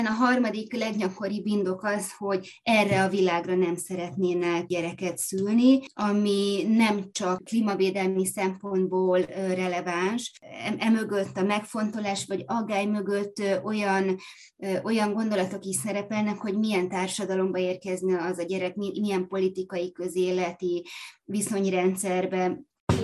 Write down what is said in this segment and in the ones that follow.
A harmadik leggyakoribb indok az, hogy erre a világra nem szeretnének gyereket szülni, ami nem csak klímavédelmi szempontból releváns, emögött a megfontolás vagy aggály mögött olyan gondolatok is szerepelnek, hogy milyen társadalomba érkezne az a gyerek, milyen politikai, közéleti viszonyrendszerbe.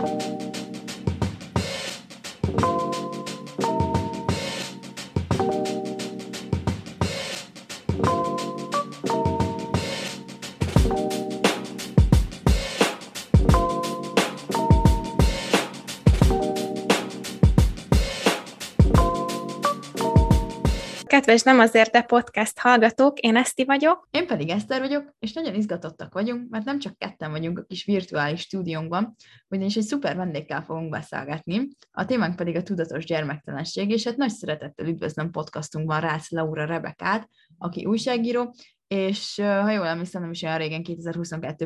Kedves Nem azért, de podcast hallgatók, én Eszti vagyok. Én pedig Eszter vagyok, és nagyon izgatottak vagyunk, mert nem csak ketten vagyunk a kis virtuális stúdiónkban, ugyanis egy szuper vendégkel fogunk beszélgetni. A témánk pedig a tudatos gyermektelenség, és hát nagy szeretettel üdvözlöm podcastunkban Rácz Laura Rebekát, aki újságíró, és ha jól emlékszem, nem is olyan régen, 2022.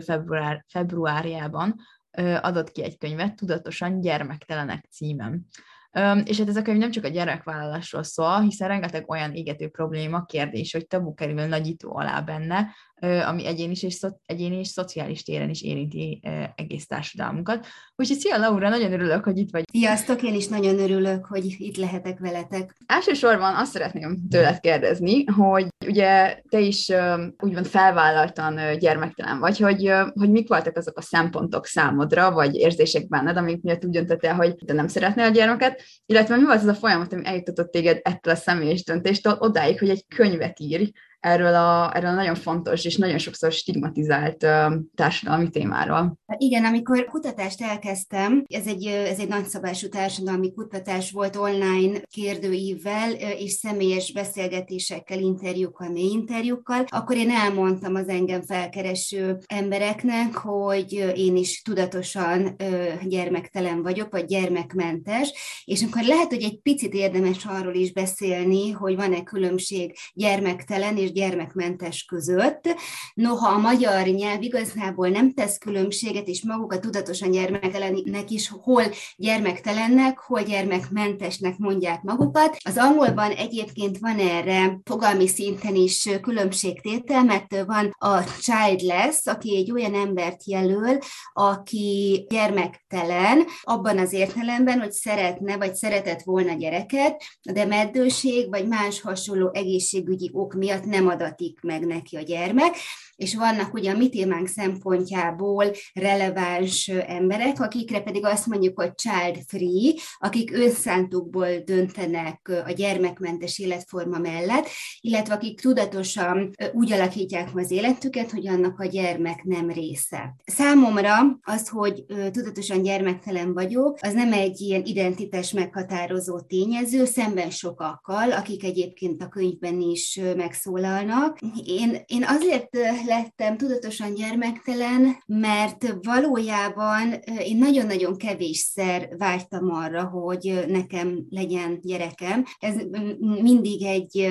februárjában adott ki egy könyvet, Tudatosan gyermektelenek címen. És hát ez a könyv nem csak a gyerekvállalásról szól, hiszen rengeteg olyan égető probléma, kérdés, hogy tabu kerül nagyító alá benne, ami egyéni és szociális téren is érinti egész társadalmunkat. Úgyhogy szia Laura, nagyon örülök, hogy itt vagy. Sziasztok, én is nagyon örülök, hogy itt lehetek veletek. Elsősorban azt szeretném tőled kérdezni, hogy ugye te is úgymond felvállaltan gyermektelen vagy, hogy mik voltak azok a szempontok számodra, vagy érzések benned, amik miatt úgy döntöttél, hogy te nem szeretnél a gyermeket, illetve mi volt az a folyamat, ami eljutatott téged ettől a személyes döntéstől odáig, hogy egy könyvet írj erről a nagyon fontos és nagyon sokszor stigmatizált társadalmi témáról. Igen, amikor kutatást elkezdtem, ez egy nagyszabású társadalmi kutatás volt online kérdőívvel és személyes beszélgetésekkel, mély interjúkkal, akkor én elmondtam az engem felkereső embereknek, hogy én is tudatosan gyermektelen vagyok, vagy gyermekmentes, és akkor lehet, hogy egy picit érdemes arról is beszélni, hogy van-e különbség gyermektelen és gyermekmentes között. Noha a magyar nyelv igazából nem tesz különbséget, és magukat tudatosan gyermektelennek is hol gyermektelennek, hol gyermekmentesnek mondják magukat. Az angolban egyébként van erre fogalmi szinten is különbségtétel, mert van a childless, aki egy olyan embert jelöl, aki gyermektelen, abban az értelemben, hogy szeretne, vagy szeretett volna gyereket, de meddőség, vagy más hasonló egészségügyi ok miatt nem adatik meg neki a gyermek, és vannak ugye a mi témánk szempontjából releváns emberek, akikre pedig azt mondjuk, hogy child free, akik önszántukból döntenek a gyermekmentes életforma mellett, illetve akik tudatosan úgy alakítják az életüket, hogy annak a gyermek nem része. Számomra az, hogy tudatosan gyermektelen vagyok, az nem egy ilyen identitás meghatározó tényező, szemben sokakkal, akik egyébként a könyvben is megszólalnak. Én azért lettem tudatosan gyermektelen, mert valójában én nagyon-nagyon kevésszer vágytam arra, hogy nekem legyen gyerekem. Ez mindig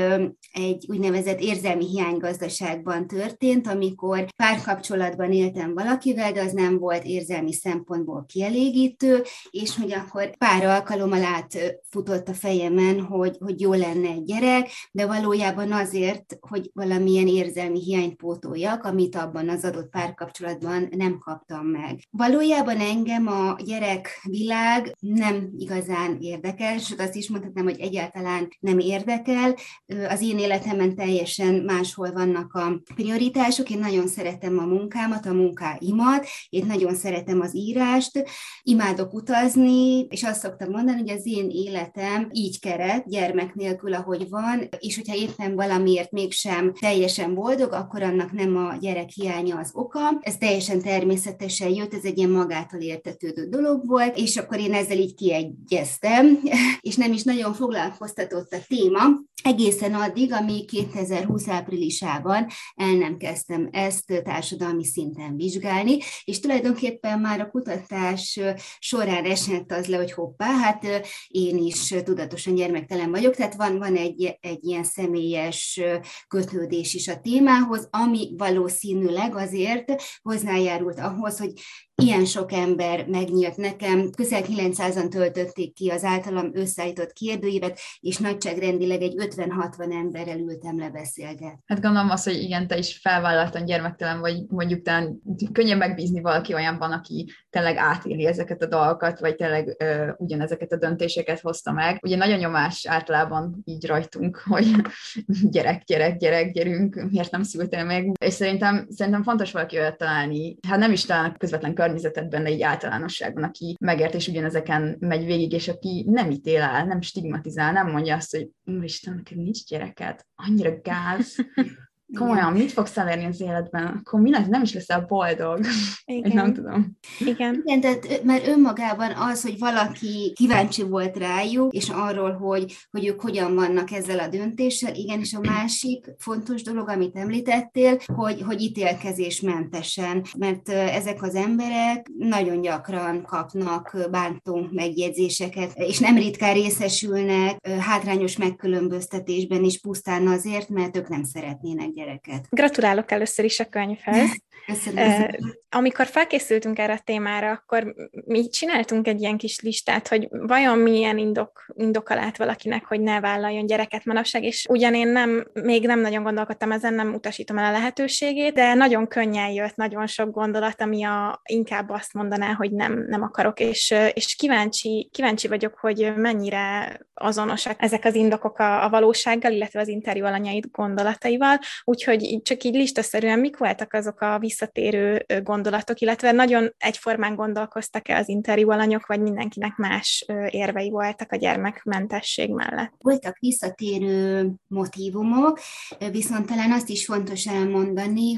egy úgynevezett érzelmi hiánygazdaságban történt, amikor párkapcsolatban éltem valakivel, de az nem volt érzelmi szempontból kielégítő, és hogy akkor pár alkalommal átfutott a fejemen, hogy jó lenne egy gyerek, de valójában azért, hogy valamilyen érzelmi hiányt pótoljak, amit abban az adott párkapcsolatban nem kaptam meg. Valójában engem a gyerekvilág nem igazán érdekel, sőt azt is mondhatnám, hogy egyáltalán nem érdekel. Az én életemben teljesen máshol vannak a prioritások. Én nagyon szeretem a munkámat, a munkáimat, én nagyon szeretem az írást, imádok utazni, és azt szoktam mondani, hogy az én életem így keret, gyermek nélkül, ahogy van, és hogyha éppen valamiért mégsem teljesen boldog, akkor annak nem a gyerek hiánya az oka. Ez teljesen természetesen jött, ez egy ilyen magától értetődő dolog volt, és akkor én ezzel így kiegyeztem, és nem is nagyon foglalkoztatott a téma, egészen addig, amíg 2020 áprilisában el nem kezdtem ezt társadalmi szinten vizsgálni, és tulajdonképpen már a kutatás során esett az le, hogy hoppá, hát én is tudatosan gyermektelen vagyok, tehát van egy ilyen személyes kötődés is a témához, ami valószínűleg azért hozzájárult ahhoz, hogy ilyen sok ember megnyílt nekem. Közel 900-an töltötték ki az általam összeállított kérdőívet, és nagyságrendileg egy 50-60 emberrel ültem lebeszélgetni. Hát gondolom az, hogy igen, te is felvállaltan gyermektelen vagy, mondjuk talán könnyen megbízni valaki olyanban, aki tényleg átéli ezeket a dolgokat, vagy tényleg ugyanezeket a döntéseket hozta meg. Ugye nagy a nyomás általában így rajtunk, hogy gyerünk, miért nem szültél még? És szerintem fontos valaki olyat találni, hát nem is talán a közvetlen környezetedben, de így általánosságban, aki megért és ugyanezeken megy végig, és aki nem ítél el, nem stigmatizál, nem mondja azt, hogy Isten, neked nincs gyereked, annyira gáz. Komolyan, mit fogsz elérni az életben? Akkor mi lesz? Nem is leszel boldog. Igen. Nem tudom. Igen. Igen, tehát mert önmagában az, hogy valaki kíváncsi volt rájuk, és arról, hogy ők hogyan vannak ezzel a döntéssel, igen, és a másik fontos dolog, amit említettél, hogy ítélkezésmentesen, mert ezek az emberek nagyon gyakran kapnak bántó megjegyzéseket, és nem ritkán részesülnek hátrányos megkülönböztetésben is pusztán azért, mert ők nem szeretnének gyereket. Gratulálok először is a könyvhez. Köszönöm. Amikor felkészültünk erre a témára, akkor mi csináltunk egy ilyen kis listát, hogy vajon milyen indok lát valakinek, hogy ne vállaljon gyereket manapság, és ugyan én még nem nagyon gondolkodtam ezen, nem utasítom el a lehetőségét, de nagyon könnyen jött nagyon sok gondolat, ami inkább azt mondaná, hogy nem akarok, és kíváncsi vagyok, hogy mennyire azonosak ezek az indokok a valósággal, illetve az interjú alanyait gondolataival, úgyhogy csak így listaszerűen mik voltak azok a visszatérő gondolatok, illetve nagyon egyformán gondolkoztak-e az interjú alanyok, vagy mindenkinek más érvei voltak a gyermekmentesség mellett? Voltak visszatérő motívumok, viszont talán azt is fontos elmondani,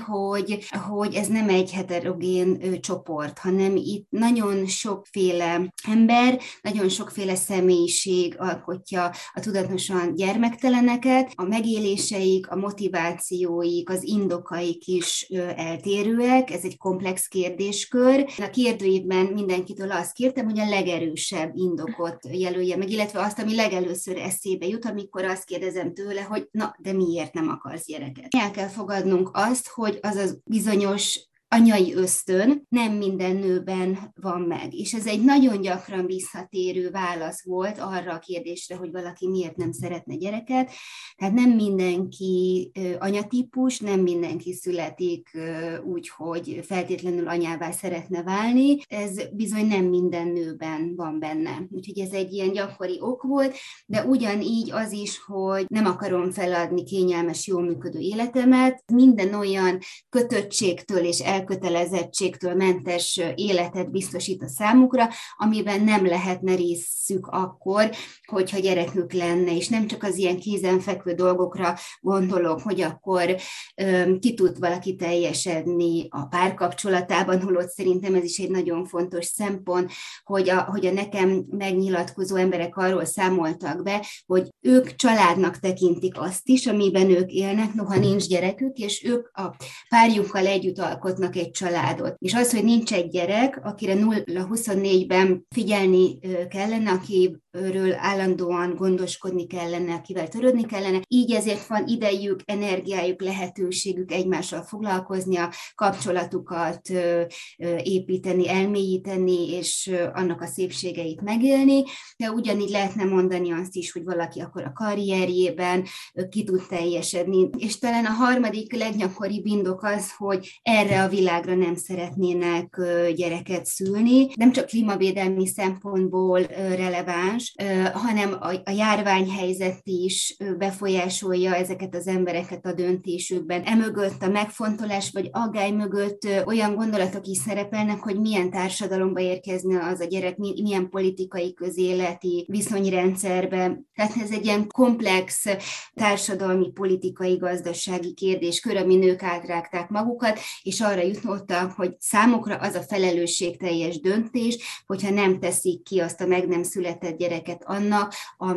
hogy ez nem egy heterogén csoport, hanem itt nagyon sokféle ember, nagyon sokféle személyiség alkotja a tudatosan gyermekteleneket, a megéléseik, a motivációik, az indokaik is eltérőek, ez egy komplex kérdéskör. A kérdőívben mindenkitől azt kértem, hogy a legerősebb indokot jelölje meg, illetve azt, ami legelőször eszébe jut, amikor azt kérdezem tőle, hogy na, de miért nem akarsz gyereket? El kell fogadnunk azt, hogy az a bizonyos anyai ösztön nem minden nőben van meg. És ez egy nagyon gyakran visszatérő válasz volt arra a kérdésre, hogy valaki miért nem szeretne gyereket. Tehát nem mindenki anyatípus, nem mindenki születik úgy, hogy feltétlenül anyává szeretne válni. Ez bizony nem minden nőben van benne. Úgyhogy ez egy ilyen gyakori ok volt, de ugyanígy az is, hogy nem akarom feladni kényelmes, jól működő életemet. Minden olyan kötöttségtől és elkötelezettségtől mentes életet biztosít a számukra, amiben nem lehetne részük akkor, hogyha gyerekük lenne, és nem csak az ilyen kézenfekvő dolgokra gondolok, hogy akkor ki tud valaki teljesedni a párkapcsolatában, holott szerintem ez is egy nagyon fontos szempont, hogy a nekem megnyilatkozó emberek arról számoltak be, hogy ők családnak tekintik azt is, amiben ők élnek, noha nincs gyerekük, és ők a párjukkal együtt alkotnak egy családot. És az, hogy nincs egy gyerek, akire 0-24-ben figyelni kellene, akiről állandóan gondoskodni kellene, akivel törődni kellene, így ezért van idejük, energiájuk, lehetőségük egymással foglalkozni, a kapcsolatukat építeni, elmélyíteni, és annak a szépségeit megélni, de ugyanígy lehetne mondani azt is, hogy valaki akkor a karrierjében ki tud teljesedni. És talán a harmadik leggyakoribb indok az, hogy erre a világra nem szeretnének gyereket szülni. Nem csak klímavédelmi szempontból releváns, hanem a járványhelyzet is befolyásolja ezeket az embereket a döntésükben. Emögött a megfontolás vagy aggály mögött olyan gondolatok is szerepelnek, hogy milyen társadalomba érkezne az a gyerek, milyen politikai közéleti viszonyrendszerbe. Tehát ez egy ilyen komplex társadalmi, politikai, gazdasági kérdéskör, ami nők átrágták magukat, és arra jutottak, hogy számukra az a felelősségteljes döntés, hogyha nem teszik ki azt a meg nem született gyereket annak,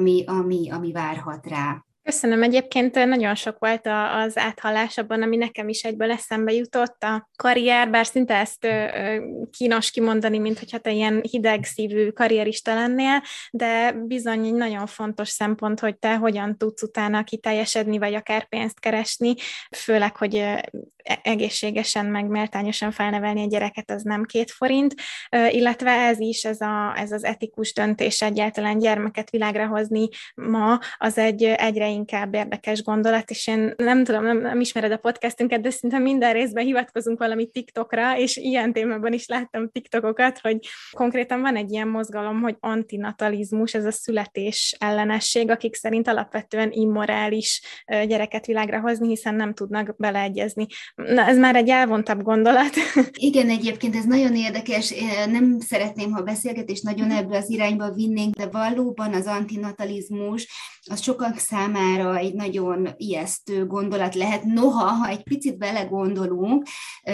ami várhat rá. Köszönöm, egyébként nagyon sok volt az áthallás abban, ami nekem is egyből eszembe jutott. A karrier, bár szinte ezt kínos kimondani, mint hogyha te ilyen hidegszívű karrierista lennél, de bizony egy nagyon fontos szempont, hogy te hogyan tudsz utána kiteljesedni, vagy akár pénzt keresni, főleg, hogy egészségesen, meg méltányosan felnevelni a gyereket, az nem 2 forint, illetve ez is, ez az etikus döntés egyáltalán gyermeket világra hozni ma, az egy egyre inkább érdekes gondolat, és én nem tudom, nem ismered a podcastünket, de szinte minden részben hivatkozunk valami TikTokra, és ilyen témában is láttam TikTokokat, hogy konkrétan van egy ilyen mozgalom, hogy antinatalizmus, ez a születés ellenesség, akik szerint alapvetően immorális gyereket világra hozni, hiszen nem tudnak beleegyezni. Na, ez már egy elvontabb gondolat. Igen, egyébként ez nagyon érdekes, nem szeretném, ha a beszélgetést nagyon ebből az irányba vinnénk, de valóban az antinatalizmus az sokak számára egy nagyon ijesztő gondolat lehet. Noha, ha egy picit belegondolunk,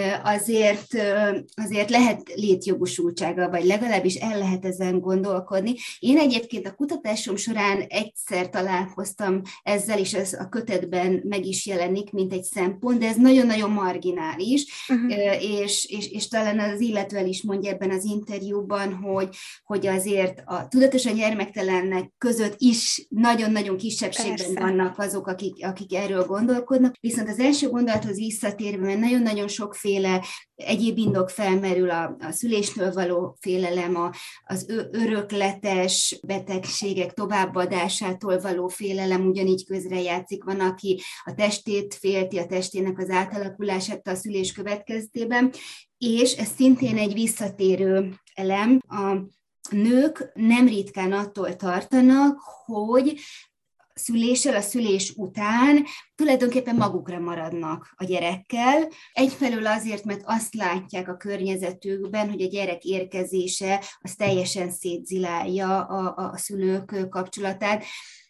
azért lehet létjogosultsága, vagy legalábbis el lehet ezen gondolkodni. Én egyébként a kutatásom során egyszer találkoztam ezzel, és ez a kötetben meg is jelenik, mint egy szempont, de ez nagyon-nagyon marginális, és talán az illető el is mondja ebben az interjúban, hogy azért a tudatosan gyermektelennek között is nagyon-nagyon kisebbségben Persze. vannak azok, akik erről gondolkodnak. Viszont az első gondolathoz visszatérve, mert nagyon-nagyon sokféle egyéb indok felmerül, a szüléstől való félelem, az örökletes betegségek továbbadásától való félelem ugyanígy közrejátszik. Van, aki a testét félti, a testének az átalakulását a szülés következtében, és ez szintén egy visszatérő elem. A nők nem ritkán attól tartanak, hogy szüléssel, a szülés után tulajdonképpen magukra maradnak a gyerekkel. Egyfelől azért, mert azt látják a környezetükben, hogy a gyerek érkezése az teljesen szétzilálja a szülők kapcsolatát,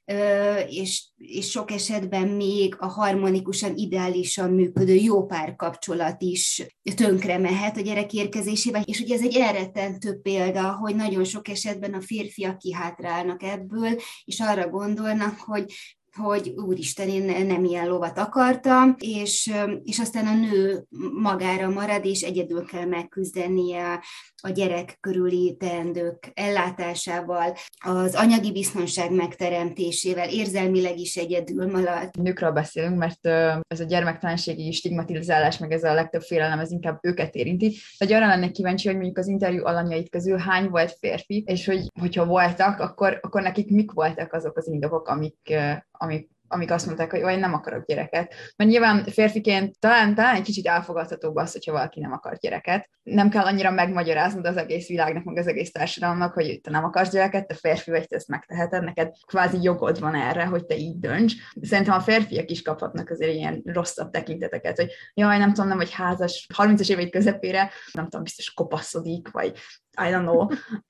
és sok esetben még a harmonikusan, ideálisan működő jó párkapcsolat is tönkre mehet a gyerek érkezésével, és ugye ez egy elrettentő példa, hogy nagyon sok esetben a férfiak kihátrálnak ebből, és arra gondolnak, hogy úristen, én nem ilyen lovat akartam, és aztán a nő magára marad, és egyedül kell megküzdenie a gyerek körüli teendők ellátásával, az anyagi biztonság megteremtésével, érzelmileg is egyedül marad. Nőkről beszélünk, mert ez a gyermektelenségi stigmatizálás, meg ez a legtöbb félelem, ez inkább őket érinti. De arra lennék kíváncsi, hogy mondjuk az interjú alanyait közül hány volt férfi, és hogyha voltak, akkor nekik mik voltak azok az indokok, amik azt mondták, hogy én nem akarok gyereket. Mert nyilván férfiként talán egy kicsit elfogadhatóbb az, hogyha valaki nem akar gyereket. Nem kell annyira megmagyaráznod az egész világnak, meg az egész társadalomnak, hogy te nem akarsz gyereket, te férfi vagy, te ezt megteheted, neked kvázi jogod van erre, hogy te így dönts. Szerintem a férfiak is kaphatnak azért ilyen rosszabb tekinteteket, hogy jaj, nem tudom, nem vagy házas, 30-as éveid közepére, nem tudom, biztos kopaszodik, vagy I don't know.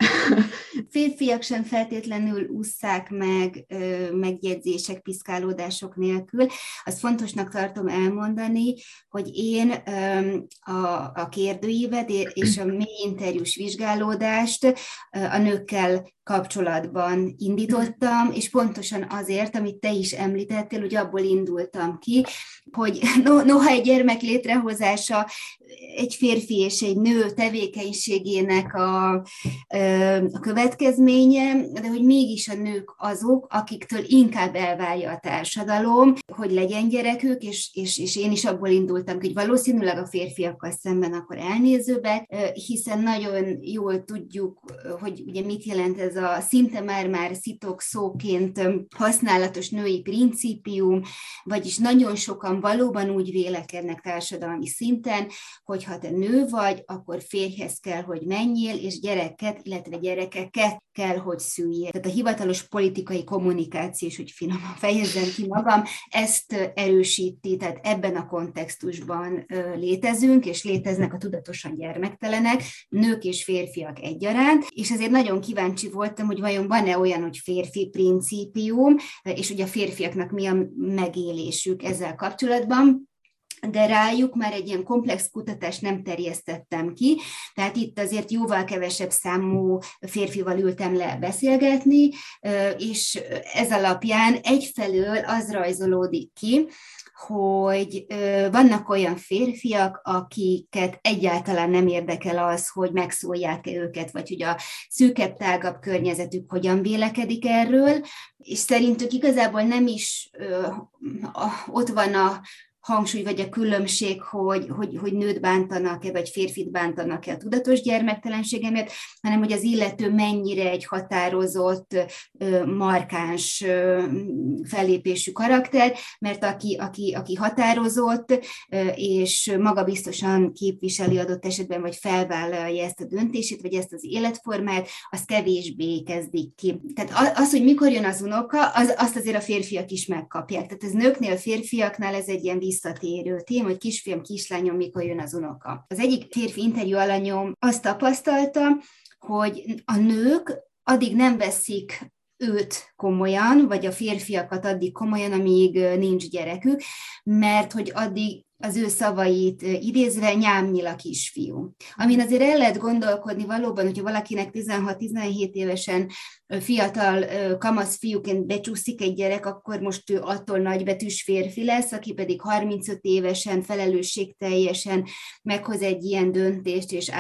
Férfiak sem feltétlenül ússzák meg megjegyzések, piszkálódások nélkül. Azt fontosnak tartom elmondani, hogy én a kérdőívet és a mély interjús vizsgálódást a nőkkel kapcsolatban indítottam, és pontosan azért, amit te is említettél, hogy abból indultam ki, hogy noha egy gyermek létrehozása egy férfi és egy nő tevékenységének a következménye, de hogy mégis a nők azok, akiktől inkább elvárja a társadalom, hogy legyen gyerekük, és én is abból indultam ki, hogy valószínűleg a férfiakkal szemben akkor elnézőbbek, hiszen nagyon jól tudjuk, hogy ugye mit jelent ez a szinte már szitok szóként használatos női principium, vagyis nagyon sokan valóban úgy vélekednek társadalmi szinten, hogy ha te nő vagy, akkor férjhez kell, hogy menjél, és gyereket, illetve gyerekeket kell, hogy szüljél. Tehát a hivatalos politikai kommunikáció, és hogy finoman fejezzem ki magam, ezt erősíti, tehát ebben a kontextusban létezünk, és léteznek a tudatosan gyermektelenek, nők és férfiak egyaránt, és ezért nagyon kíváncsi voltam, hogy vajon van-e olyan, hogy férfi principium, és ugye a férfiaknak mi a megélésük ezzel kapcsolatban, de rájuk már egy ilyen komplex kutatást nem terjesztettem ki, tehát itt azért jóval kevesebb számú férfival ültem le beszélgetni, és ez alapján egyfelől az rajzolódik ki, hogy vannak olyan férfiak, akiket egyáltalán nem érdekel az, hogy megszólják-e őket, vagy hogy a szűkebb, tágabb környezetük hogyan vélekedik erről, és szerintük igazából nem is ott van hangsúly vagy a különbség, hogy nőt bántanak-e, vagy férfit bántanak-e a tudatos gyermektelensége miatt, hanem hogy az illető mennyire egy határozott, markáns fellépésű karakter, mert aki határozott, és magabiztosan képviseli adott esetben, vagy felvállalja ezt a döntését, vagy ezt az életformát, az kevésbé kezdik ki. Tehát az, hogy mikor jön az unoka, azt azért a férfiak is megkapják. Tehát ez nőknél, férfiaknál ez egy ilyen visszatérő téma, hogy kisfiam, kislányom, mikor jön az unoka. Az egyik férfi interjú alanyom azt tapasztalta, hogy a nők addig nem veszik őt komolyan, vagy a férfiakat addig komolyan, amíg nincs gyerekük, mert hogy addig az ő szavait idézve nyámnyil a kisfiú. Amin azért el lehet gondolkodni valóban, hogyha valakinek 16-17 évesen fiatal kamasz fiúként becsúszik egy gyerek, akkor most ő attól nagybetűs férfi lesz, aki pedig 35 évesen felelősségteljesen meghoz egy ilyen döntést, és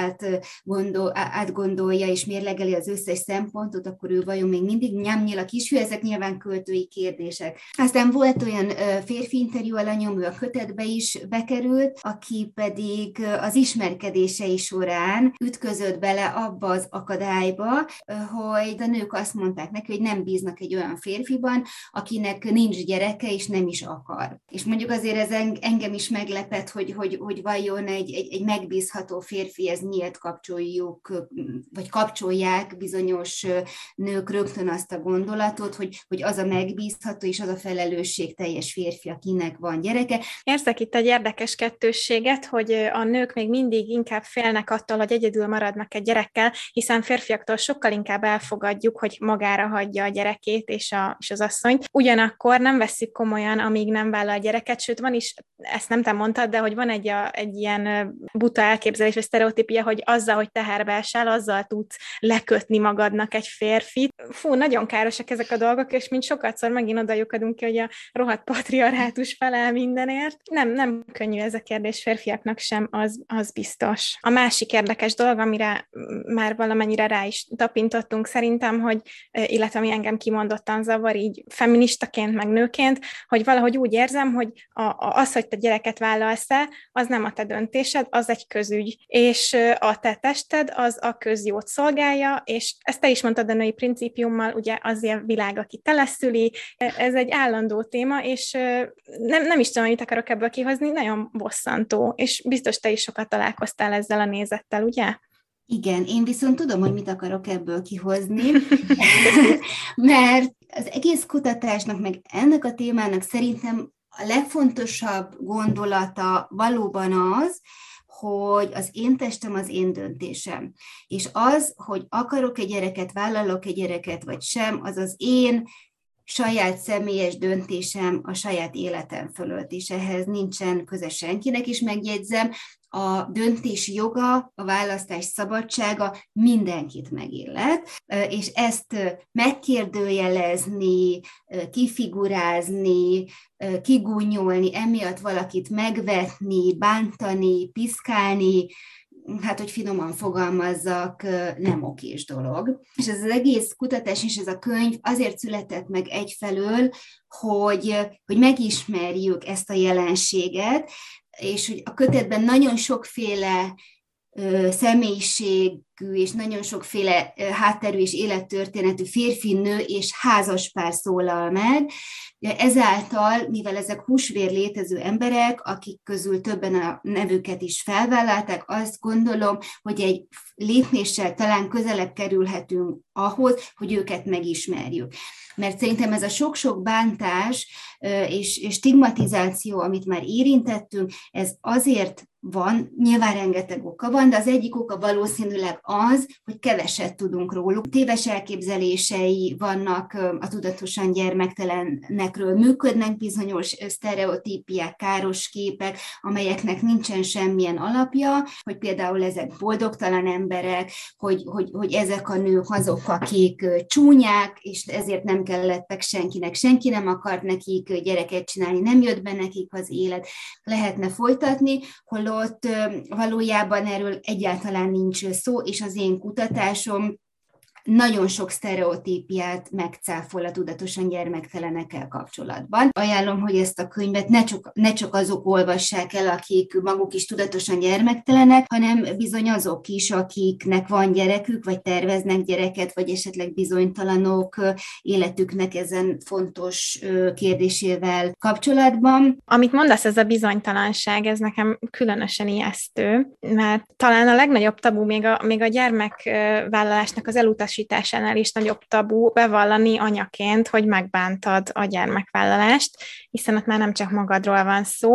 átgondolja, és mérlegeli az összes szempontot, akkor ő vajon még mindig nyámnyil a kisfiú, ezek nyilván költői kérdések. Aztán volt olyan férfi interjú alanyom, ő a kötetbe is bekerült, aki pedig az ismerkedései során ütközött bele abba az akadályba, hogy a nők azt mondták neki, hogy nem bíznak egy olyan férfiban, akinek nincs gyereke, és nem is akar. És mondjuk azért ez engem is meglepett, hogy vajon egy megbízható férfihez miért kapcsoljuk, vagy kapcsolják bizonyos nők rögtön azt a gondolatot, hogy az a megbízható, és az a felelősségteljes férfi, akinek van gyereke. Érzek itt egy érdekes kettősséget, hogy a nők még mindig inkább félnek attól, hogy egyedül maradnak egy gyerekkel, hiszen férfiaktól sokkal inkább elfogadjuk, hogy magára hagyja a gyerekét és az asszonyt. Ugyanakkor nem vesszük komolyan, amíg nem vállal a gyereket, sőt van is, ezt nem te mondtad, de hogy van egy ilyen buta elképzelés, vagy sztereotípia, hogy azzal, hogy teherbe esel, azzal tudsz lekötni magadnak egy férfit. Fú, nagyon károsak ezek a dolgok, és mint sokatszor megint oda lyukadunk ki, hogy a rohadt patriarhátus felel mindenért. Nem könnyű ez a kérdés férfiaknak sem, az biztos. A másik érdekes dolog, amire már valamennyire rá is tapintottunk szerintem, hogy, illetve ami engem kimondottan zavar így feministaként, meg nőként, hogy valahogy úgy érzem, hogy az, hogy te gyereket vállalsz-e, az nem a te döntésed, az egy közügy, és a te tested az a közjót szolgálja, és ezt te is mondtad a női principiummal, ugye azért világ, aki teleszüli, ez egy állandó téma, és nem is tudom, mit akarok ebből kihozni, nagyon bosszantó, és biztos te is sokat találkoztál ezzel a nézettel, ugye? Igen, én viszont tudom, hogy mit akarok ebből kihozni, mert az egész kutatásnak, meg ennek a témának szerintem a legfontosabb gondolata valóban az, hogy az én testem az én döntésem. És az, hogy akarok egy gyereket, vállalok egy gyereket, vagy sem, az az én saját személyes döntésem a saját életem fölött, és ehhez nincsen köze senkinek is, megjegyzem, a döntési joga, a választás szabadsága mindenkit megillet, és ezt megkérdőjelezni, kifigurázni, kigúnyolni, emiatt valakit megvetni, bántani, piszkálni, hát, hogy finoman fogalmazzak, nem okés dolog. És ez az egész kutatás és ez a könyv azért született meg egyfelől, hogy megismerjük ezt a jelenséget, és hogy a kötetben nagyon sokféle személyiségű és nagyon sokféle hátterű és élettörténetű férfi, nő és házaspár szólal meg. Ezáltal, mivel ezek húsvér létező emberek, akik közül többen a nevüket is felvállalták, azt gondolom, hogy egy lépéssel talán közelebb kerülhetünk ahhoz, hogy őket megismerjük. Mert szerintem ez a sok-sok bántás és stigmatizáció, amit már érintettünk, ez azért van, nyilván rengeteg oka van, de az egyik oka valószínűleg az, hogy keveset tudunk róluk. Téves elképzelései vannak a tudatosan gyermektelenekről, működnek bizonyos sztereotípiák, káros képek, amelyeknek nincsen semmilyen alapja, hogy például ezek boldogtalan emberek, hogy ezek a nők azok, akik csúnyák, és ezért nem kellettek senkinek, senki nem akart nekik gyereket csinálni, nem jött be nekik az élet. Lehetne folytatni, holott valójában erről egyáltalán nincs szó, és az én kutatásom nagyon sok sztereotípiát megcáfol a tudatosan gyermektelenekkel kapcsolatban. Ajánlom, hogy ezt a könyvet ne csak azok olvassák el, akik maguk is tudatosan gyermektelenek, hanem bizony azok is, akiknek van gyerekük, vagy terveznek gyereket, vagy esetleg bizonytalanok életüknek ezen fontos kérdésével kapcsolatban. Amit mondasz, ez a bizonytalanság, ez nekem különösen ijesztő, mert talán a legnagyobb tabu még a gyermekvállalásnak az elutasításánál is nagyobb tabu bevallani anyaként, hogy megbántad a gyermekvállalást, hiszen ott már nem csak magadról van szó,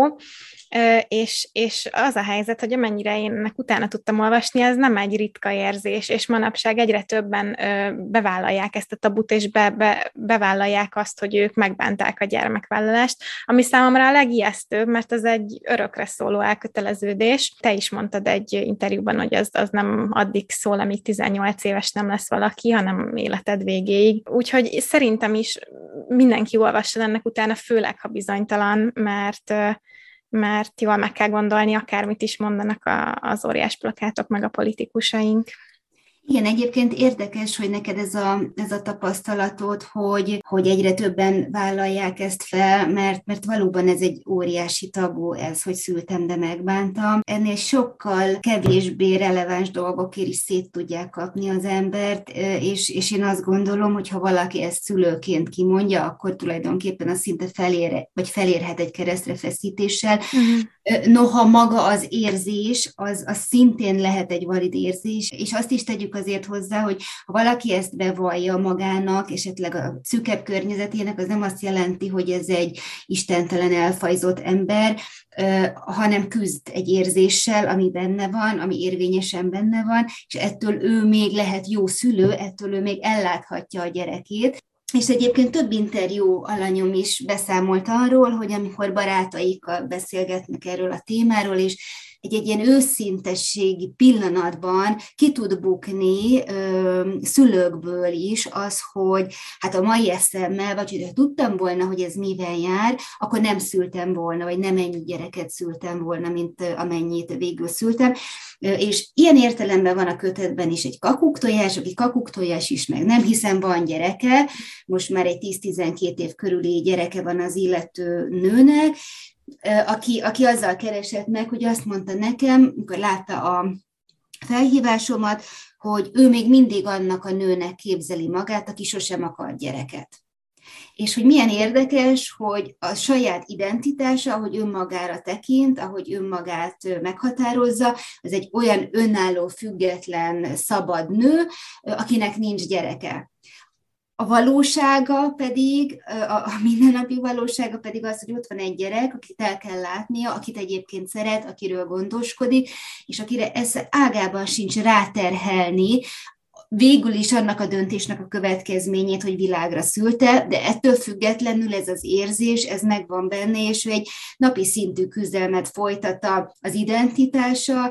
és az a helyzet, hogy amennyire én ennek utána tudtam olvasni, ez nem egy ritka érzés, és manapság egyre többen bevállalják ezt a tabut, és bevállalják azt, hogy ők megbánták a gyermekvállalást, ami számomra a legijesztőbb, mert ez egy örökre szóló elköteleződés. Te is mondtad egy interjúban, hogy az nem addig szól, amíg 18 éves nem lesz valaki, hanem életed végéig. Úgyhogy szerintem is mindenki olvassa ennek utána, főleg, ha bizonytalan, mert jól meg kell gondolni, akármit is mondanak az óriás plakátok, meg a politikusaink. Igen, egyébként érdekes, hogy neked ez a tapasztalatod, hogy egyre többen vállalják ezt fel, mert valóban ez egy óriási tabu, ez, hogy szültem, de megbántam. Ennél sokkal kevésbé releváns dolgokért is szét tudják kapni az embert, és én azt gondolom, hogy ha valaki ezt szülőként kimondja, akkor tulajdonképpen az szinte felérhet egy keresztrefeszítéssel. Noha maga az érzés, az szintén lehet egy valid érzés, és azt is tegyük azért hozzá, hogy ha valaki ezt bevallja magának, esetleg a szűkebb környezetének, az nem azt jelenti, hogy ez egy istentelen elfajzott ember, hanem küzd egy érzéssel, ami benne van, ami érvényesen benne van, és ettől ő még lehet jó szülő, ettől ő még elláthatja a gyerekét. És egyébként több interjú alanyom is beszámolt arról, hogy amikor barátaikkal beszélgetnek erről a témáról, és egy ilyen őszintességi pillanatban ki tud bukni szülőkből is az, hogy hát a mai eszemmel, vagy hogyha tudtam volna, hogy ez mivel jár, akkor nem szültem volna, vagy nem ennyi gyereket szültem volna, mint amennyit végül szültem. És ilyen értelemben van a kötetben is egy kakuktojás, aki kakuktojás is, meg nem, hiszen van gyereke, most már egy 10-12 év körüli gyereke van az illető nőnek, aki azzal keresett meg, hogy azt mondta nekem, amikor látta a felhívásomat, hogy ő még mindig annak a nőnek képzeli magát, aki sosem akar gyereket. És hogy milyen érdekes, hogy a saját identitása, ahogy önmagára tekint, ahogy önmagát meghatározza, az egy olyan önálló, független, szabad nő, akinek nincs gyereke. A valósága pedig, a mindennapi valósága pedig az, hogy ott van egy gyerek, akit el kell látnia, akit egyébként szeret, akiről gondoskodik, és akire esze ágában sincs ráterhelni, végül is annak a döntésnek a következményét, hogy világra szülte, de ettől függetlenül ez az érzés, ez megvan benne, és ő egy napi szintű küzdelmet folytat az identitása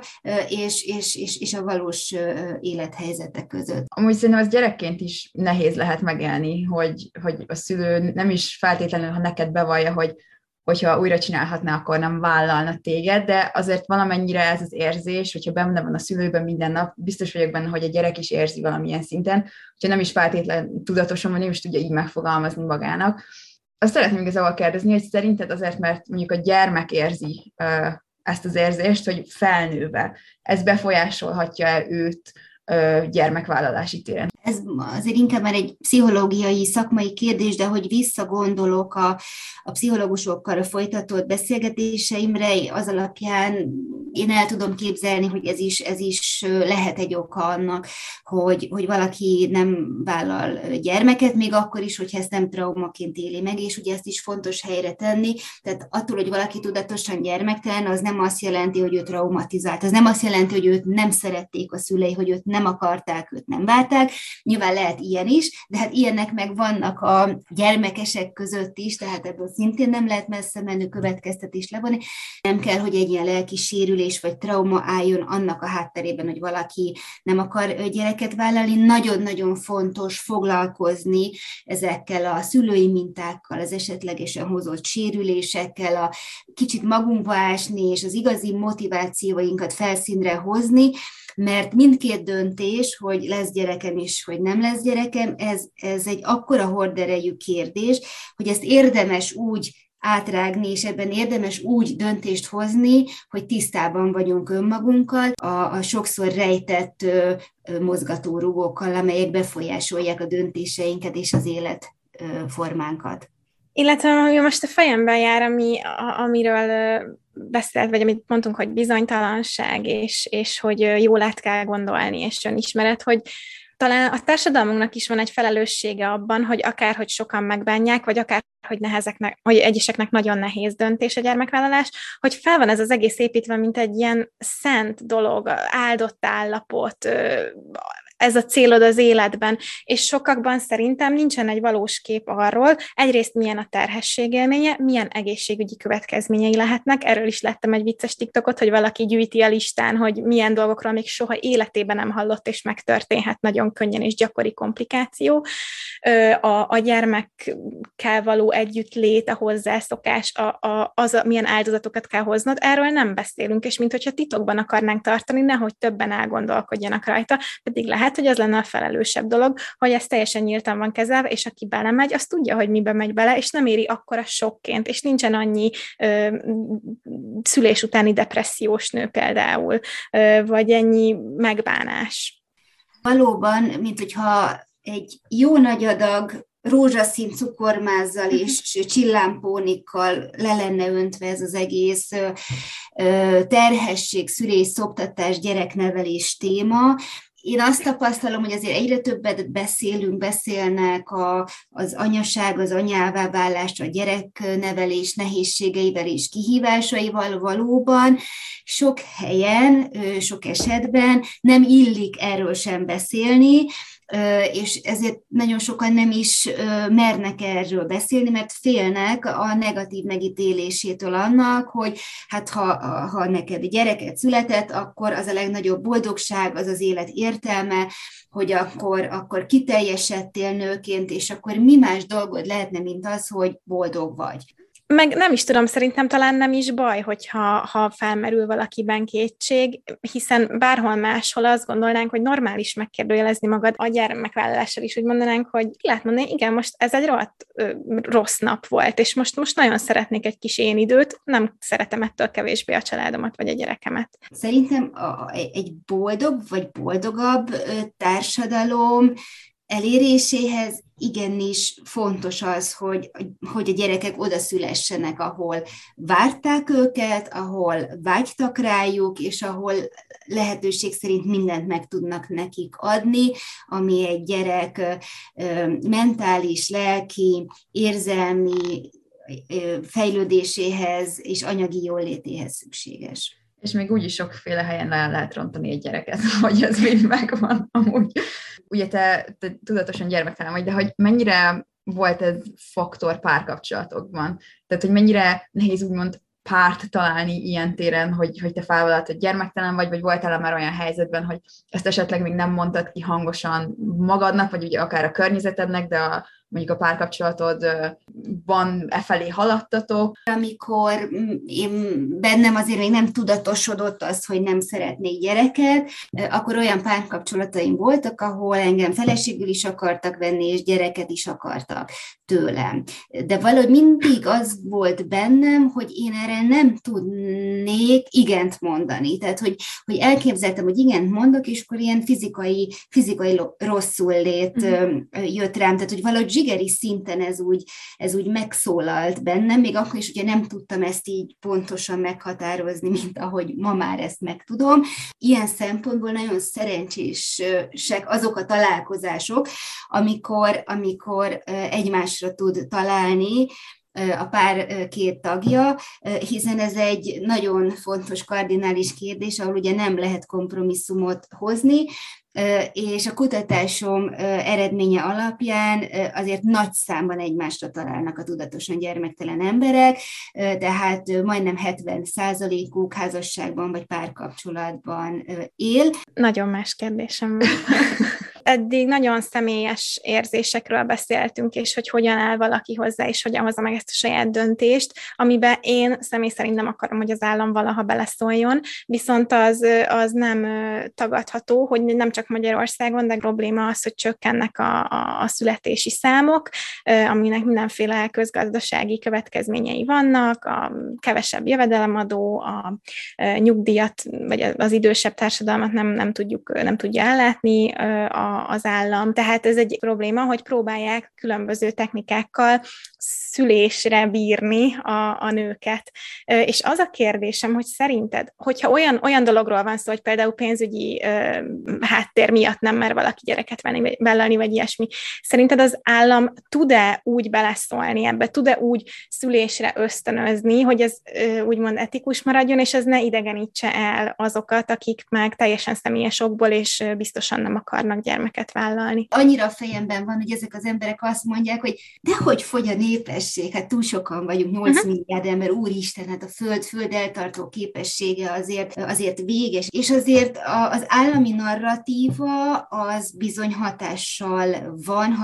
és a valós élethelyzetek között. Amúgy szerintem az gyerekként is nehéz lehet megélni, hogy a szülő nem is feltétlenül, ha neked bevallja, hogyha újra csinálhatná, akkor nem vállalna téged, de azért valamennyire ez az érzés, hogyha benne van a szülőben minden nap, biztos vagyok benne, hogy a gyerek is érzi valamilyen szinten, hogyha nem is feltétlenül tudatosan, vagy nem is tudja így megfogalmazni magának. Azt szeretném igazából kérdezni, hogy szerinted azért, mert mondjuk a gyermek érzi ezt az érzést, hogy felnőve, ez befolyásolhatja őt gyermekvállalási téren? Ez azért inkább már egy pszichológiai, szakmai kérdés, de hogy visszagondolok a pszichológusokkal folytatott beszélgetéseimre, az alapján én el tudom képzelni, hogy ez is lehet egy oka annak, hogy valaki nem vállal gyermeket, még akkor is, hogyha ezt nem traumaként éli meg, és ugye ezt is fontos helyre tenni, tehát attól, hogy valaki tudatosan gyermektelen, az nem azt jelenti, hogy ő traumatizált, az nem azt jelenti, hogy őt nem szerették a szülei, hogy őt nem akarták, őt nem várták. Nyilván lehet ilyen is, de hát ilyenek meg vannak a gyermekesek között is, tehát ebből szintén nem lehet messze menő következtetés levonni. Nem kell, hogy egy ilyen lelki sérülés vagy trauma álljon annak a hátterében, hogy valaki nem akar gyereket vállalni. Nagyon-nagyon fontos foglalkozni ezekkel a szülői mintákkal, az esetlegesen hozott sérülésekkel, a kicsit magunkba ásni és az igazi motivációinkat felszínre hozni, mert mindkét döntés, hogy lesz gyerekem is, hogy nem lesz gyerekem, ez egy akkora horderejű kérdés, hogy ezt érdemes úgy átrágni, és ebben érdemes úgy döntést hozni, hogy tisztában vagyunk önmagunkkal, a sokszor rejtett mozgatórugókkal, amelyek befolyásolják a döntéseinket és az életformánkat. Illetve ami most a fejemben jár, amiről beszélt, vagy amit mondtunk, hogy bizonytalanság, és hogy jól át kell gondolni, és önismeret, hogy talán a társadalmunknak is van egy felelőssége abban, hogy akárhogy sokan megbánják, vagy hogy egyeseknek nagyon nehéz döntés a gyermekvállalás, hogy fel van ez az egész építve, mint egy ilyen szent dolog, áldott állapot, ez a célod az életben, és sokakban szerintem nincsen egy valós kép arról, egyrészt milyen a terhesség élménye, milyen egészségügyi következményei lehetnek, erről is láttam egy vicces TikTokot, hogy valaki gyűjti a listán, hogy milyen dolgokról még soha életében nem hallott, és megtörténhet nagyon könnyen és gyakori komplikáció. A gyermekkel való együttlét, a hozzászokás, milyen áldozatokat kell hoznod, erről nem beszélünk, és minthogyha titokban akarnánk tartani, nehogy többen elgondolkodjanak rajta, pedig lehet, hogy az lenne a felelősebb dolog, hogy ez teljesen nyíltan van kezelve, és aki belemegy, az tudja, hogy mibe megy bele, és nem éri akkora sokként, és nincsen annyi szülés utáni depressziós nő például, vagy ennyi megbánás. Valóban, mint hogyha egy jó nagy adag rózsaszín cukormázzal és csillámpónikkal le lenne öntve ez az egész terhesség, szülés, szoptatás, gyereknevelés téma. Én azt tapasztalom, hogy azért egyre többet beszélnek az anyaság, az anyává válás, a gyereknevelés nehézségeivel és kihívásaival valóban. Sok helyen, sok esetben nem illik erről sem beszélni, és ezért nagyon sokan nem is mernek erről beszélni, mert félnek a negatív megítélésétől annak, hogy hát ha neked gyereket született, akkor az a legnagyobb boldogság, az az élet értelme, hogy akkor kiteljesedtél nőként, és akkor mi más dolgod lehetne, mint az, hogy boldog vagy. Meg nem is tudom, szerintem talán nem is baj, hogyha felmerül valakiben kétség, hiszen bárhol máshol azt gondolnánk, hogy normális megkérdőjelezni magad, a gyermekvállalással is úgy mondanánk, hogy ki lehet mondani, igen, most ez egy rohadt rossz nap volt, és most nagyon szeretnék egy kis én időt, nem szeretem ettől kevésbé a családomat vagy a gyerekemet. Szerintem egy boldog vagy boldogabb társadalom eléréséhez igenis fontos az, hogy a gyerekek oda szülessenek, ahol várták őket, ahol vágytak rájuk, és ahol lehetőség szerint mindent meg tudnak nekik adni, ami egy gyerek mentális, lelki, érzelmi fejlődéséhez és anyagi jólétéhez szükséges. És még úgyis sokféle helyen el lehet rontani egy gyereket, hogy ez mind megvan amúgy. Ugye te tudatosan gyermektelen vagy, de hogy mennyire volt ez faktor párkapcsolatokban? Tehát, hogy mennyire nehéz úgymond párt találni ilyen téren, hogy te felvállaltad, hogy gyermektelen vagy voltál már olyan helyzetben, hogy ezt esetleg még nem mondtad ki hangosan magadnak, vagy ugye akár a környezetednek, de mondjuk a párkapcsolatodban efelé haladtatok? Amikor bennem azért még nem tudatosodott az, hogy nem szeretnék gyereket, akkor olyan párkapcsolataim voltak, ahol engem feleségül is akartak venni, és gyereket is akartak tőlem. De valahogy mindig az volt bennem, hogy én erre nem tudnék igent mondani. Tehát, hogy elképzeltem, hogy igent mondok, és akkor ilyen fizikai rosszullét jött rám. Tehát, hogy valahogy zsigeri szinten ez úgy megszólalt bennem, még akkor is ugye nem tudtam ezt így pontosan meghatározni, mint ahogy ma már ezt megtudom. Ilyen szempontból nagyon szerencsések azok a találkozások, amikor egymásra tud találni a pár két tagja, hiszen ez egy nagyon fontos kardinális kérdés, ahol ugye nem lehet kompromisszumot hozni, és a kutatásom eredménye alapján azért nagy számban egymásra találnak a tudatosan gyermektelen emberek, tehát majdnem 70%-uk házasságban vagy párkapcsolatban él. Nagyon más kérdésem van. Eddig nagyon személyes érzésekről beszéltünk, és hogy hogyan áll valaki hozzá, és hogyan hozza meg ezt a saját döntést, amiben én személy szerint nem akarom, hogy az állam valaha beleszóljon, viszont az nem tagadható, hogy nem csak Magyarországon, de probléma az, hogy csökkennek a születési számok, aminek mindenféle közgazdasági következményei vannak, a kevesebb jövedelemadó, a nyugdíjat, vagy az idősebb társadalmat nem tudja ellátni az állam. Tehát ez egy probléma, hogy próbálják különböző technikákkal szülésre bírni a nőket. És az a kérdésem, hogy szerinted, hogyha olyan dologról van szó, hogy például pénzügyi háttér miatt nem mer valaki gyereket vállalni, vagy ilyesmi, szerinted az állam tud-e úgy beleszólni ebbe, tud-e úgy szülésre ösztönözni, hogy ez úgymond etikus maradjon, és ez ne idegenítse el azokat, akik meg teljesen személyes okból és biztosan nem akarnak gyermeket vállalni? Annyira a fejemben van, hogy ezek az emberek azt mondják, hogy dehogy fogy a népesség, hát túl sokan vagyunk, 8 milliárd ember, úristen, hát a föld eltartó képessége azért véges, és azért az állami narratíva az bizony hatással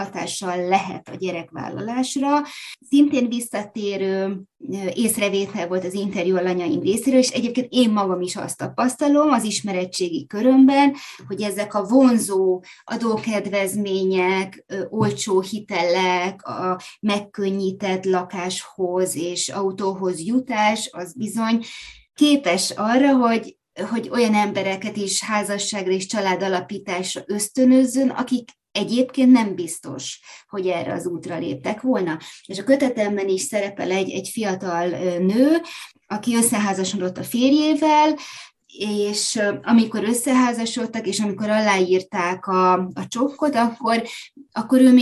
lehet a gyerekvállalásra. Szintén visszatérő észrevétel volt az interjú alanyaim részéről, és egyébként én magam is azt tapasztalom az ismeretségi körömben, hogy ezek a vonzó adókedvezmények, olcsó hitelek, a megkönnyített lakáshoz és autóhoz jutás, az bizony képes arra, hogy olyan embereket is házasságra és családalapításra ösztönözzön, akik egyébként nem biztos, hogy erre az útra léptek volna. És a kötetemben is szerepel egy fiatal nő, aki összeházasodott a férjével, és amikor összeházasodtak, és amikor aláírták a csokkot, akkor ő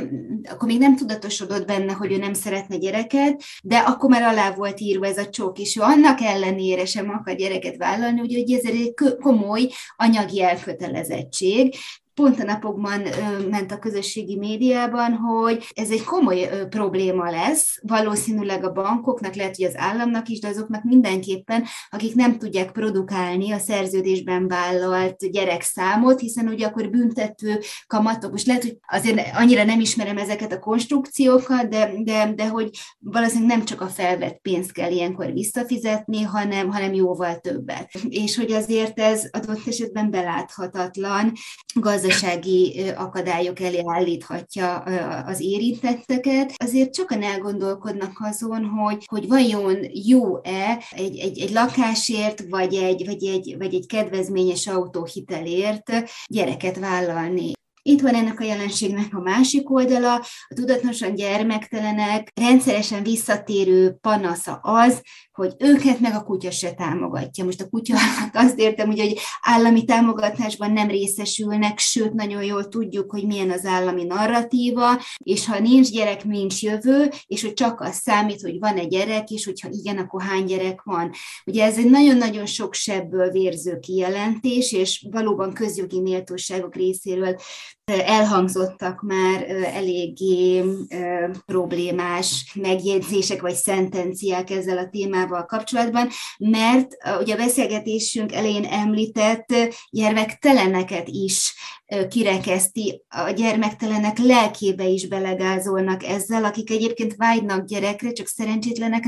még nem tudatosodott benne, hogy ő nem szeretne gyereket, de akkor már alá volt írva ez a csokk, és ő annak ellenére sem akar gyereket vállalni, hogy ez egy komoly anyagi elkötelezettség. Pont a napokban ment a közösségi médiában, hogy ez egy komoly probléma lesz, valószínűleg a bankoknak, lehet, hogy az államnak is, de azoknak mindenképpen, akik nem tudják produkálni a szerződésben vállalt gyerekszámot, hiszen ugye akkor büntető kamatok, most lehet, hogy azért annyira nem ismerem ezeket a konstrukciókat, de hogy valószínűleg nem csak a felvett pénzt kell ilyenkor visszafizetni, hanem jóval többet. És hogy azért ez adott esetben beláthatatlan gazdasági akadályok elé állíthatja az érintetteket. Azért sokan elgondolkodnak azon, hogy vajon jó-e egy lakásért, vagy egy kedvezményes autóhitelért gyereket vállalni. Itt van ennek a jelenségnek a másik oldala, a tudatosan gyermektelenek rendszeresen visszatérő panasza az, hogy őket meg a kutya se támogatja. Most a kutya, azt értem, hogy állami támogatásban nem részesülnek, sőt, nagyon jól tudjuk, hogy milyen az állami narratíva, és ha nincs gyerek, nincs jövő, és hogy csak az számít, hogy van egy gyerek, és hogyha igen, akkor hány gyerek van. Ugye ez egy nagyon-nagyon sok sebből vérző kijelentés, és valóban közjogi méltóságok részéről elhangzottak már eléggé problémás megjegyzések vagy szentenciák ezzel a témával kapcsolatban, mert ugye a beszélgetésünk elején említett gyermekteleneket is kirekeszti, a gyermektelenek lelkébe is belegázolnak ezzel, akik egyébként vágynak gyerekre, csak szerencsétlenek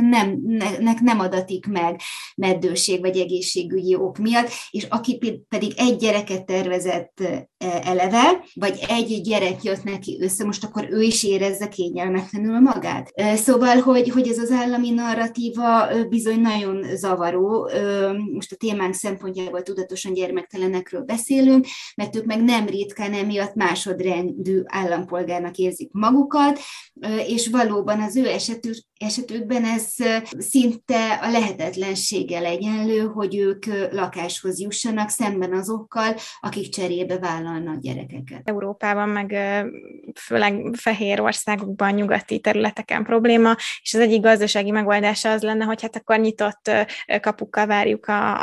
nem adatik meg meddőség vagy egészségügyi ok miatt, és aki pedig egy gyereket tervezett eleve, vagy egy gyerek jött neki össze, most akkor ő is érezze kényelmetlenül magát. Szóval, hogy ez az állami narratíva bizony nagyon zavaró, most a témánk szempontjából tudatosan gyermektelenekről beszélünk, mert ők meg nem ritkán emiatt másodrendű állampolgárnak érzik magukat, és valóban az ő esetükben ez szinte a lehetetlenséggel egyenlő, hogy ők lakáshoz jussanak szemben azokkal, akik cserébe vállalnak gyerekeket. Európában, meg főleg fehér országokban, nyugati területeken probléma, és az egyik gazdasági megoldása az lenne, hogy hát akkor nyitott kapukkal várjuk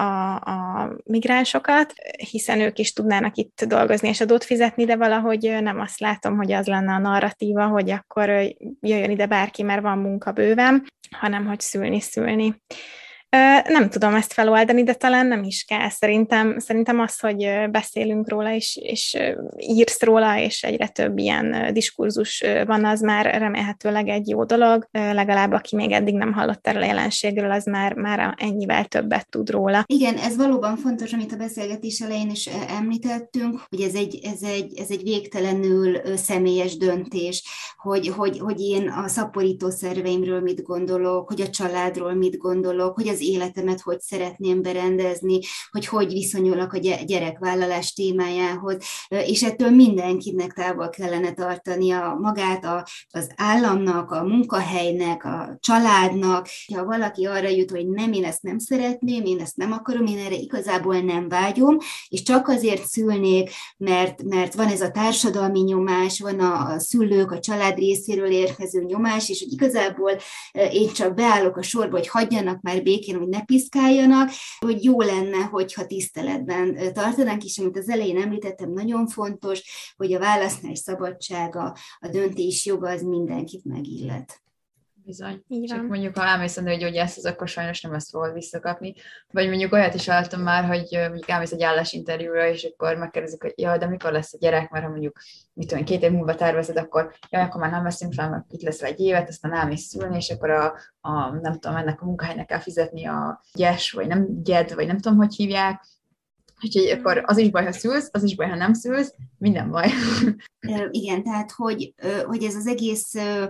a migránsokat, hiszen ők is tudnának itt dolgozni és adót fizetni, de valahogy nem azt látom, hogy az lenne a narratíva, hogy akkor jöjjön ide bárki, mert van munka bőven, hanem hogy szülni. Nem tudom ezt feloldani, de talán nem is kell. Szerintem az, hogy beszélünk róla, és írsz róla, és egyre több ilyen diskurzus van, az már remélhetőleg egy jó dolog. Legalább aki még eddig nem hallott erről a jelenségről, az már ennyivel többet tud róla. Igen, ez valóban fontos, amit a beszélgetés elején is említettünk, hogy ez egy végtelenül személyes döntés, hogy én a szaporító szerveimről mit gondolok, hogy a családról mit gondolok, hogy az életemet hogy szeretném berendezni, hogy viszonyulok a gyerekvállalás témájához, és ettől mindenkinek távol kellene tartania magát az államnak, a munkahelynek, a családnak. Ha valaki arra jut, hogy nem, én ezt nem szeretném, én ezt nem akarom, én erre igazából nem vágyom, és csak azért szülnék, mert van ez a társadalmi nyomás, van a szülők, a család részéről érkező nyomás, és hogy igazából én csak beállok a sorba, hogy hagyjanak már békén, hogy ne piszkáljanak, hogy jó lenne, hogyha tiszteletben tartanánk, és amit az elején említettem, nagyon fontos, hogy a választás szabadsága, a döntés joga az mindenkit megillet. Bizony. Csak mondjuk, ha elmész a nőgyógyászhoz, akkor sajnos nem ezt fogod visszakapni. Vagy mondjuk olyat is hallottam már, hogy mondjuk elmész egy állásinterjúra, és akkor megkérdezik, hogy jaj, de mikor lesz a gyerek, mert ha mondjuk, 2 év múlva tervezed, akkor jaj, akkor már nem veszünk fel, mert itt lesz egy évet, aztán elmész szülni, és akkor nem tudom, ennek a munkahelynek kell fizetni a gyes, vagy nem gyed, vagy nem tudom, hogy hívják. Úgyhogy akkor az is baj, ha szülsz, az is baj, ha nem szülsz, minden baj. Igen, tehát, hogy ez az egész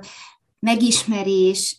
megismerés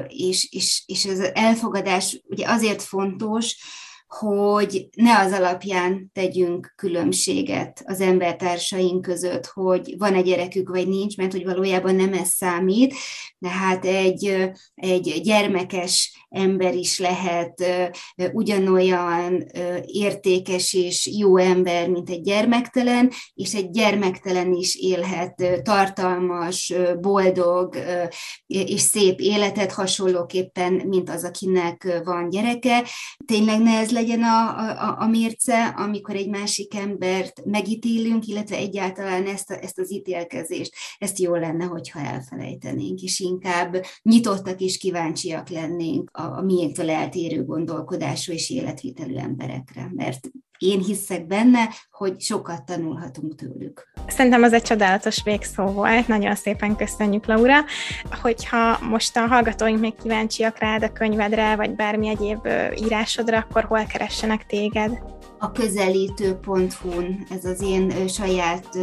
és az elfogadás ugye azért fontos, hogy ne az alapján tegyünk különbséget az embertársaink között, hogy van-e gyerekük, vagy nincs, mert hogy valójában nem ez számít, de hát egy gyermekes ember is lehet ugyanolyan értékes és jó ember, mint egy gyermektelen, és egy gyermektelen is élhet tartalmas, boldog és szép életet hasonlóképpen, mint az, akinek van gyereke. Tényleg ne ez legyen a mérce, amikor egy másik embert megítélünk, illetve egyáltalán ezt az ítélkezést, ezt jó lenne, hogyha elfelejtenénk, és inkább nyitottak és kíváncsiak lennénk a miénktől eltérő gondolkodású és életvitelű emberekre, mert én hiszek benne, hogy sokat tanulhatunk tőlük. Szerintem az egy csodálatos végszó volt, nagyon szépen köszönjük, Laura. Hogyha most a hallgatóink még kíváncsiak rád, a könyvedre, vagy bármi egyéb írásodra, akkor hol keressenek téged? A közelítő.hu-n, ez az én saját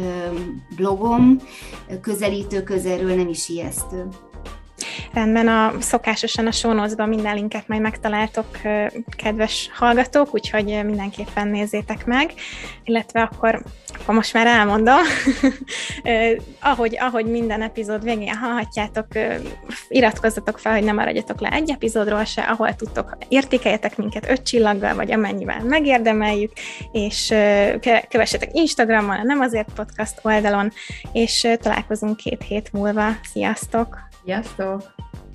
blogom, közelítő közelről nem is ijesztő. Rendben, szokásosan a show notes-ban minden linket majd megtaláltok, kedves hallgatók, úgyhogy mindenképpen nézzétek meg, illetve akkor most már elmondom, ahogy minden epizód végén hallhatjátok, iratkozzatok fel, hogy ne maradjatok le egy epizódról se, ahol tudtok, értékeljetek minket 5 csillaggal, vagy amennyivel megérdemeljük, és kövessetek Instagramon, a Nem Azért Podcast oldalon, és találkozunk 2 hét múlva. Sziasztok! Sziasztok!